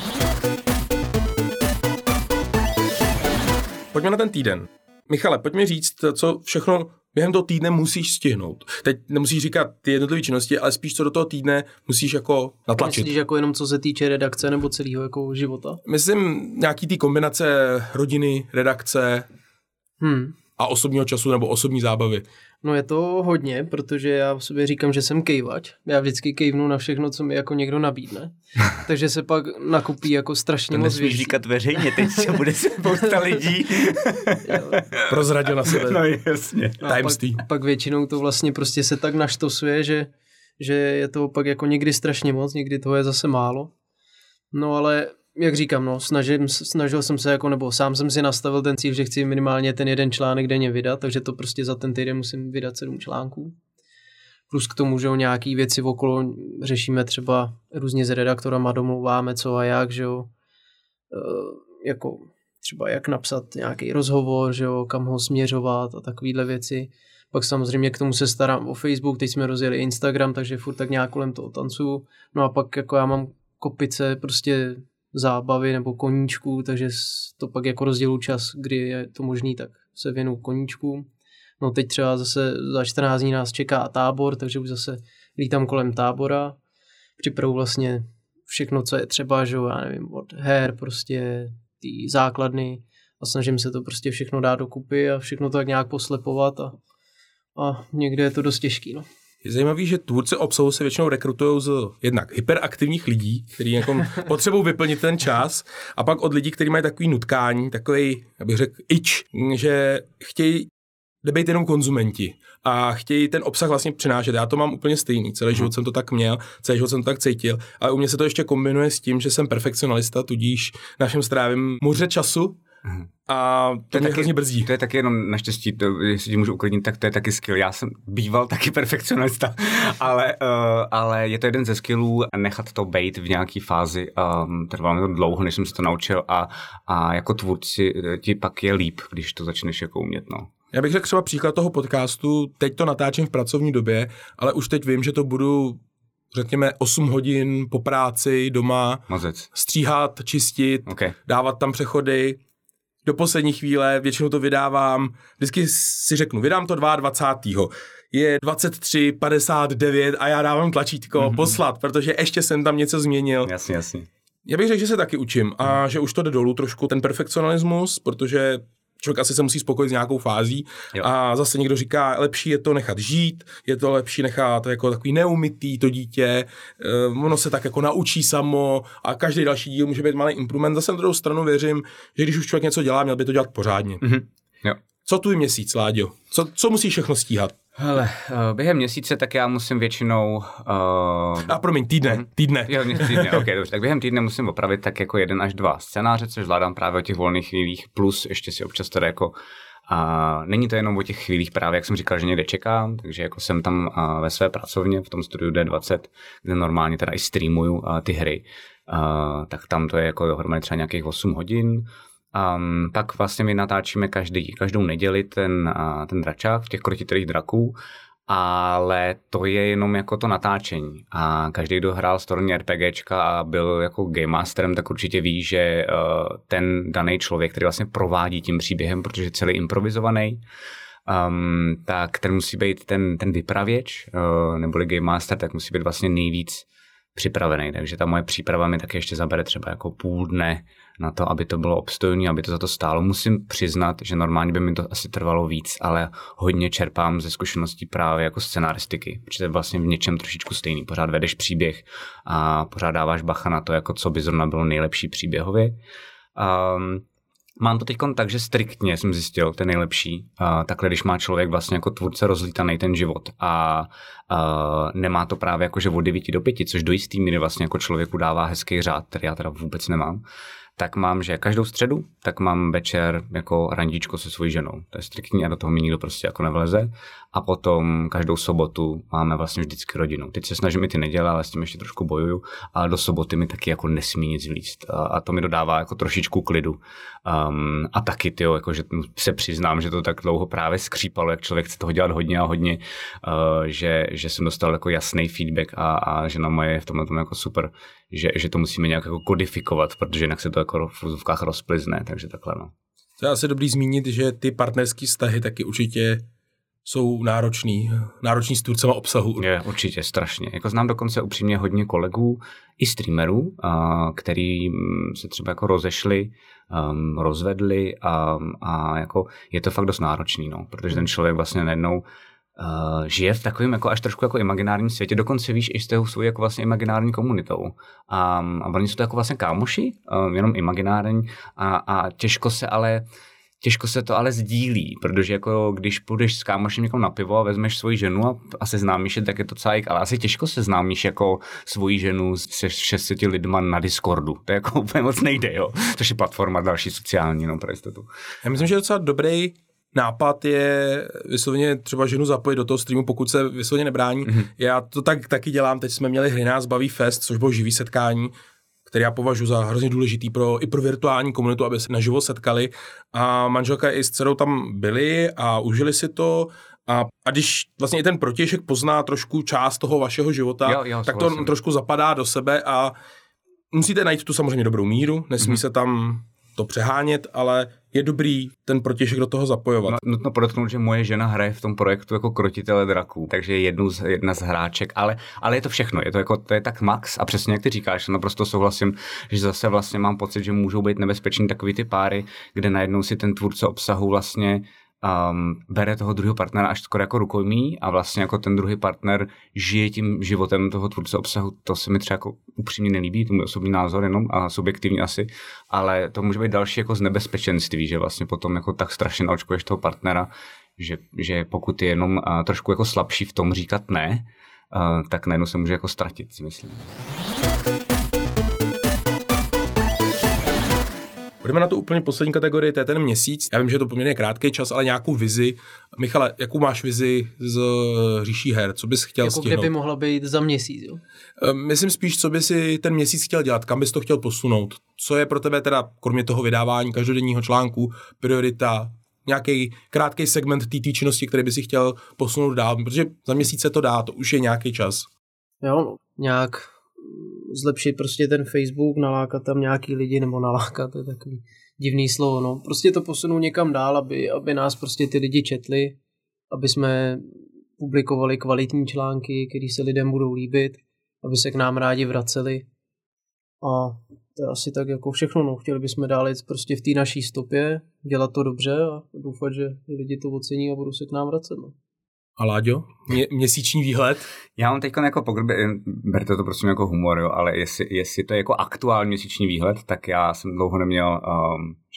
Pojďme na ten týden. Michale, pojď mi říct, co všechno během toho týdne musíš stihnout. Teď nemusíš říkat ty jednotlivé činnosti, ale spíš co do toho týdne musíš jako natlačit. Myslíš jako jenom co se týče redakce nebo celého jako života? Myslím nějaký ty kombinace rodiny, redakce a osobního času nebo osobní zábavy. No je to hodně, protože já v sobě říkám, že jsem kejvač. Já vždycky kejvnu na všechno, co mi jako někdo nabídne. Takže se pak nakupí jako strašně moc věcí. To nesmíš říkat veřejně, teď se bude spousta lidí. Prozradil na sebe. No jasně. Tajemství. Pak většinou to vlastně prostě se tak naštosuje, že je to pak jako někdy strašně moc, někdy toho je zase málo. No ale jak říkám, no, snažil jsem se jako, nebo sám jsem si nastavil ten cíl, že chci minimálně ten jeden článek denně vydat, takže to prostě za ten týden musím vydat 7 článků. Plus k tomu, že nějaký věci okolo řešíme třeba různě s redaktorama, domluváme co a jak, že jo, jako třeba jak napsat nějaký rozhovor, že jo, kam ho směřovat a takovýhle věci. Pak samozřejmě k tomu se starám o Facebook, teď jsme rozjeli Instagram, takže furt tak nějak kolem toho tancuju. No a pak jako já mám kopice prostě zábavy nebo koníčků, takže to pak jako rozdělu čas, kdy je to možný, tak se věnu koníčkům. No teď třeba zase za 14 dní nás čeká tábor, takže už zase lítám kolem tábora, připravu vlastně všechno, co je třeba, že já nevím, od her, prostě ty základny a snažím se to prostě všechno dát dokupy a všechno to tak nějak poslepovat a někde je to dost těžký, no. Je zajímavý, že tvůrci obsahu se většinou rekrutují z jednak hyperaktivních lidí, kteří jako potřebují vyplnit ten čas, a pak od lidí, kteří mají takový nutkání, takový, abych řekl, itch, že chtějí být jenom konzumenti a chtějí ten obsah vlastně přinášet. Já to mám úplně stejný, celý život jsem to tak měl, celý život jsem to tak cítil, ale u mě se to ještě kombinuje s tím, že jsem perfekcionalista, tudíž na všem strávím moře času. A to mě hrozně brzdí. To je taky jenom naštěstí, jestli ti můžu uklidnit, tak to je taky skill. Já jsem býval taky perfekcionista, ale je to jeden ze skillů nechat to bejt v nějaký fázi. Trvalo mi to dlouho, než jsem se to naučil a jako tvůrci ti pak je líp, když to začneš jako umět. No. Já bych řekl třeba příklad toho podcastu, teď to natáčím v pracovní době, ale už teď vím, že to budu řekněme 8 hodin po práci doma, stříhat, čistit, dávat tam přechody. Do poslední chvíle, většinou to vydávám, vždycky si řeknu, vydám to 22. Je 23:59 a já dávám tlačítko poslat, protože ještě jsem tam něco změnil. Jasně. Já bych řekl, že se taky učím a že už to jde dolů trošku, ten perfekcionalismus, protože člověk asi se musí spokojit s nějakou fází. Jo. A zase někdo říká, lepší je to nechat žít, je to lepší nechat jako takový neumytý to dítě, ono se tak jako naučí samo a každý další díl může být malý improvement. Zase na druhou stranu věřím, že když už člověk něco dělá, měl by to dělat pořádně. Jo. Co tvůj měsíc, Láďo? Co musíš všechno stíhat? Hele, během měsíce tak já musím většinou... Promiň, týdne. Jo, týdne, ok, dobře. Tak během týdne musím opravit tak jako 1 až 2 scénáře, což zvládám právě o těch volných chvílích, plus ještě si občas teda jako... není to jenom o těch chvílích právě, jak jsem říkal, že někde čekám, takže jako jsem tam ve své pracovně v tom studiu D20, kde normálně teda i streamuju ty hry, tak tam to je jako dohromady třeba nějakých 8 hodin. Pak vlastně my natáčíme každou neděli ten dračák v těch krotitelých draků, ale to je jenom jako to natáčení. A každý, kdo hrál storně RPGčka a byl jako game masterem, tak určitě ví, že ten daný člověk, který vlastně provádí tím příběhem, protože je celý improvizovaný, tak ten musí být ten vypravěč, neboli game master, tak musí být vlastně nejvíc připravený. Takže ta moje příprava mi taky ještě zabere třeba jako půl dne na to, aby to bylo obstojné, aby to za to stálo. Musím přiznat, že normálně by mi to asi trvalo víc, ale hodně čerpám ze zkušeností právě jako scenaristiky, protože je vlastně v něčem trošičku stejný. Pořád vedeš příběh a pořád dáváš bacha na to, jako co by zrovna bylo nejlepší příběhově. Mám to teď tak, že striktně jsem zjistil, ten nejlepší, takhle když má člověk vlastně jako tvůrce rozlítaný ten život a nemá to právě jako že od 9 do 5, což do jistý míry vlastně jako člověku dává hezký řád, který já teda vůbec nemám, tak mám, že každou středu, tak mám večer jako randíčko se svojí ženou. To je striktní a do toho mi nikdo prostě jako nevleze. A potom každou sobotu máme vlastně vždycky rodinu. Teď se snažím i ty neděle, ale s tím ještě trošku bojuju, ale do soboty mi taky jako nesmí nic vlízt. A to mi dodává jako trošičku klidu. A taky tyjo, jako, že se přiznám, že to tak dlouho právě skřípalo, jak člověk chce toho dělat hodně a hodně, že jsem dostal jako jasný feedback a žena moje je v tomhle tom jako super, že to musíme nějak jako kodifikovat, protože jinak se to jako v úzovkách rozplizne, takže takhle no. To je asi dobrý zmínit, že ty partnerský vztahy taky určitě jsou náročný s tvůrcema obsahu. Je, určitě, strašně. Jako znám dokonce upřímně hodně kolegů, i streamerů, který se třeba jako rozešli, rozvedli a jako je to fakt dost náročný, no, protože ten člověk vlastně najednou žije v takovém jako až trošku jako imaginárním světě, dokonce víš i s tou svou jako vlastně imaginární komunitou. A oni jsou to jako vlastně kámoši, jenom imaginární a těžko se to ale sdílí, protože jako když půjdeš s kámošem někam na pivo a vezmeš svoji ženu a seznámíš je, tak je to cajk, ale asi těžko seznámíš jako svoji ženu se 600 lidma na Discordu. To je jako úplně moc nejde, jo. Což je platforma další sociální, no pro jistotu. Já myslím, že docela dobrý nápad je vysloveně třeba ženu zapojit do toho streamu, pokud se vysloveně nebrání. Já to taky dělám, teď jsme měli Hry nás baví fest, což bylo živý setkání, který já považuji za hrozně důležitý i pro virtuální komunitu, aby se naživo setkali. A manželka i s dcerou tam byli a užili si to. A když vlastně i ten protějšek pozná trošku část toho vašeho života, tak to trošku zapadá do sebe a musíte najít tu samozřejmě dobrou míru, nesmí se tam to přehánět, ale je dobrý ten protějšek do toho zapojovat. Nutno podotknout, že moje žena hraje v tom projektu jako krotitele draků, takže je jedna z hráček, ale je to všechno, to je tak max a přesně jak ty říkáš, naprosto souhlasím, že zase vlastně mám pocit, že můžou být nebezpeční takový ty páry, kde najednou si ten tvůrce obsahu vlastně bere toho druhého partnera až skoro jako rukojmí a vlastně jako ten druhý partner žije tím životem toho tvůrce obsahu. To se mi třeba jako upřímně nelíbí, to můj osobní názor jenom a subjektivní asi, ale to může být další jako z nebezpečenství, že vlastně potom jako tak strašně naočkuješ toho partnera, že pokud je jenom trošku jako slabší v tom říkat ne, tak najednou se může jako ztratit, si myslím. Jdeme na tu úplně poslední kategorii, to je ten měsíc. Já vím, že je to poměrně krátký čas, ale nějakou vizi. Michale, jakou máš vizi z Říší her? Co bys chtěl stihnout? Jako kde by mohla být za měsíc, jo? Myslím spíš, co by si ten měsíc chtěl dělat, kam bys to chtěl posunout. Co je pro tebe teda, kromě toho vydávání každodenního článku, priorita, nějaký krátký segment té činnosti, který by si chtěl posunout dál, protože za měsíc se to dá, to už je nějaký čas. Jo, no, nějak zlepšit prostě ten Facebook, nalákat tam nějaký lidi, nebo nalákat, to je takový divný slovo, no. Prostě to posunout někam dál, aby nás prostě ty lidi četli, aby jsme publikovali kvalitní články, které se lidem budou líbit, aby se k nám rádi vraceli. A to je asi tak jako všechno, no. Chtěli bychom dál jít prostě v té naší stopě, dělat to dobře a doufat, že lidi to ocení a budou se k nám vracet, no. A Láďo, měsíční výhled? Já mám teď jako berte to prostě jako humor, jo, ale jestli to je jako aktuální měsíční výhled, tak já jsem dlouho neměl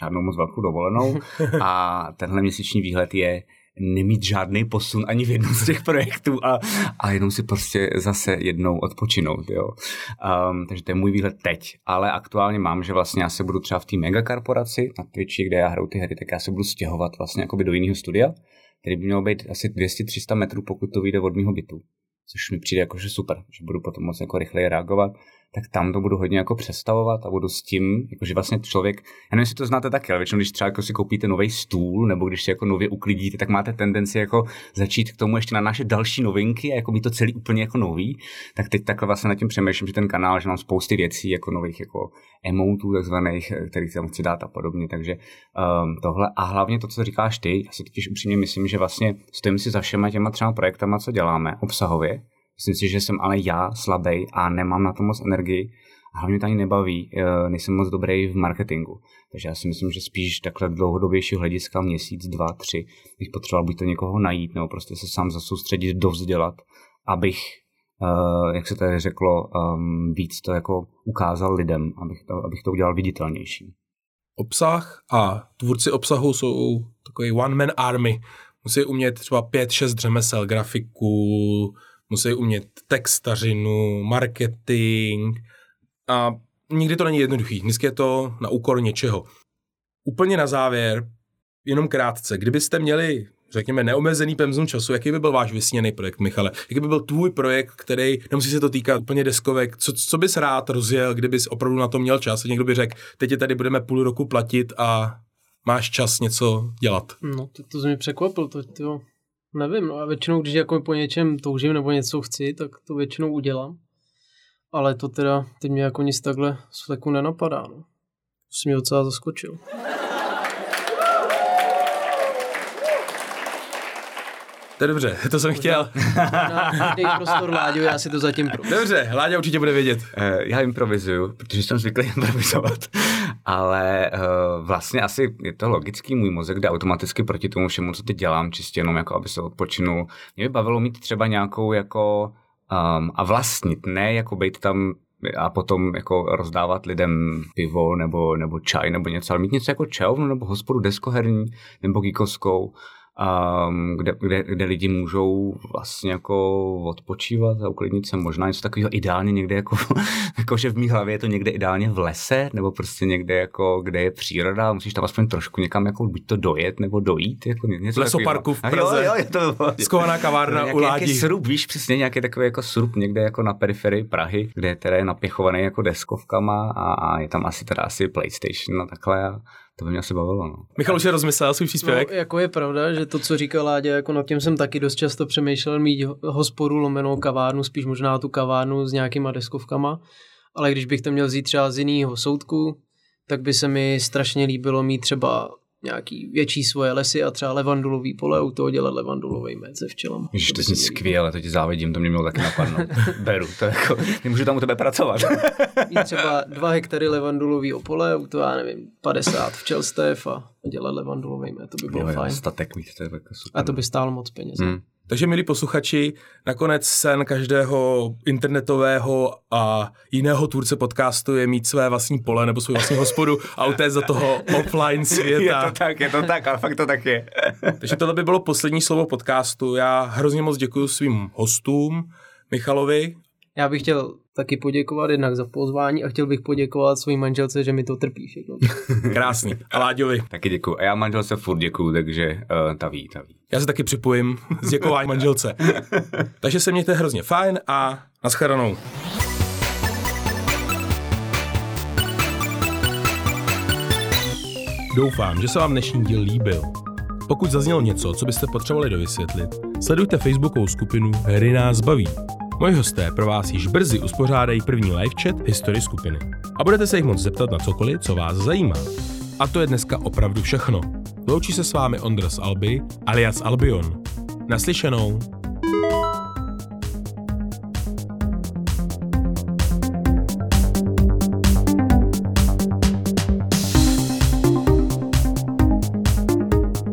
žádnou moc velkou dovolenou a tenhle měsíční výhled je nemít žádný posun ani v jednom z těch projektů a jenom si prostě zase jednou odpočinout, jo. Takže to je můj výhled teď, ale aktuálně mám, že vlastně já se budu třeba v té megakorporaci na Twitchi, kde já hraju ty hry, tak já se budu stěhovat vlastně jakoby do jiného studia, který by mělo být asi 200-300 metrů, pokud to vyjde od mého bytu. Což mi přijde jakože super, že budu potom moc jako rychleji reagovat, tak tam to budu hodně jako přestavovat a budu s tím, jakože vlastně člověk, já nevím, jestli to znáte taky, ale většinou, když třeba jako si koupíte nový stůl, nebo když si jako nově uklidíte, tak máte tendenci jako začít k tomu ještě nanášet další novinky a jako mít to celý úplně jako nový, tak teď takhle vlastně nad tím přemýšlím, že ten kanál, že mám spousty věcí jako nových jako emotů takzvaných, kterých tam chci dát a podobně, takže tohle a hlavně to, co říkáš ty, já si totiž upřímně myslím, že vlastně stojím si za všema těma třeba projektama, co děláme obsahově. Myslím si, že jsem ale já slabý a nemám na to moc energii a hlavně to ani nebaví, nejsem moc dobrý v marketingu. Takže já si myslím, že spíš takhle dlouhodobějšího hlediska, měsíc, 2, 3, bych potřeboval buď to někoho najít, nebo prostě se sám zasoustředit, dovzdělat, abych, jak se tady řeklo, víc to jako ukázal lidem, abych to udělal viditelnější. Obsah a tvůrci obsahu jsou takový one-man army. Musí umět třeba 5-6 řemesel, grafiku, musí umět textařinu, marketing a nikdy to není jednoduchý. Vždycky je to na úkor něčeho. Úplně na závěr, jenom krátce, kdybyste měli, řekněme, neomezený penzum času, jaký by byl váš vysněný projekt, Michale? Jaký by byl tvůj projekt, který, nemusí se to týkat úplně deskovek, co bys rád rozjel, kdybys opravdu na to měl čas? Někdo by řekl, teď je tady budeme půl roku platit a máš čas něco dělat. No, to mě překvapilo, to nevím, no a většinou, když jako po něčem toužím nebo něco chci, tak to většinou udělám. Ale to teda, teď mě jako nic takhle z fleku nenapadá, no. To jsi mě docela zaskočil. To je dobře, to jsem chtěl. Dej prostor Láďo, já si to zatím pro. Dobře, Láďa určitě bude vědět. Já improvizuju, protože jsem zvyklý improvizovat, ale vlastně asi je to logický, můj mozek jde automaticky proti tomu všemu, co teď dělám, čistě jenom jako aby se odpočinul. Mě by bavilo mít třeba nějakou jako a vlastnit, ne jako být tam a potom jako rozdávat lidem pivo nebo čaj nebo něco, ale mít něco jako čajovnu nebo hospodu deskoherní nebo geekovskou, kde lidi můžou vlastně jako odpočívat a uklidnit se, možná něco takového ideálně někde jako že v mý hlavě je to někde ideálně v lese, nebo prostě někde jako, kde je příroda, musíš tam aspoň trošku někam jako buď to dojet nebo dojít. Jako něco v lesoparku v Praze, schovaná kavárna u Ládí. Nějaký srub, víš, přesně nějaký takový jako srub někde jako na periferii Prahy, kde je teda napěchovaný jako deskovkama a je tam asi PlayStation a takhle a to by mě asi bavilo. No. Michal už je rozmyslel svůj příspěvek. No, jako je pravda, že to, co říkal Láďa, jako nad tím jsem taky dost často přemýšlel mít hospodu lomenou kavárnu, spíš možná tu kavárnu s nějakýma deskovkama, ale když bych to měl vzít třeba z jiného soudku, tak by se mi strašně líbilo mít třeba nějaký větší svoje lesy a třeba levandulový pole a u toho dělat levandulový med se včelama. Ježiš, to je skvěle, to ti závidím, to mě mělo taky napadnout. Beru, to jako, nemůžu tam u tebe pracovat. Mít třeba 2 hektary levandulového pole, u toho, já nevím, 50 včelstev a dělat levandulový med, to by bylo fajn. Statek mít, to je jako super. A to by stálo moc peněz. Takže, milí posluchači, nakonec sen každého internetového a jiného tvůrce podcastu je mít své vlastní pole nebo svou vlastní hospodu a utéct do toho offline světa. Je to tak, ale fakt to tak je. Takže tohle by bylo poslední slovo podcastu. Já hrozně moc děkuji svým hostům, Michalovi. Já bych chtěl taky poděkovat jednak za pozvání a chtěl bych poděkovat svým manželce, že mi to trpí všechno. Krásný. A Láďovi. Taky děkuji. A já manželce furt děkuju, takže ta ví. Já se taky připojím s děkování manželce. Takže se mějte hrozně fajn a nashledanou. Doufám, že se vám dnešní díl líbil. Pokud zaznělo něco, co byste potřebovali dovysvětlit, sledujte facebookovou skupinu Hry nás baví. Moji hosté pro vás již brzy uspořádají první live chat v historii skupiny. A budete se jich moct zeptat na cokoliv, co vás zajímá. A to je dneska opravdu všechno. Loučí se s vámi Ondra z Alby, alias Albion. Naslyšenou.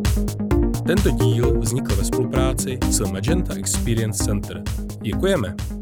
Tento díl vznikl ve spolupráci s Magenta Experience Center. Děkujeme.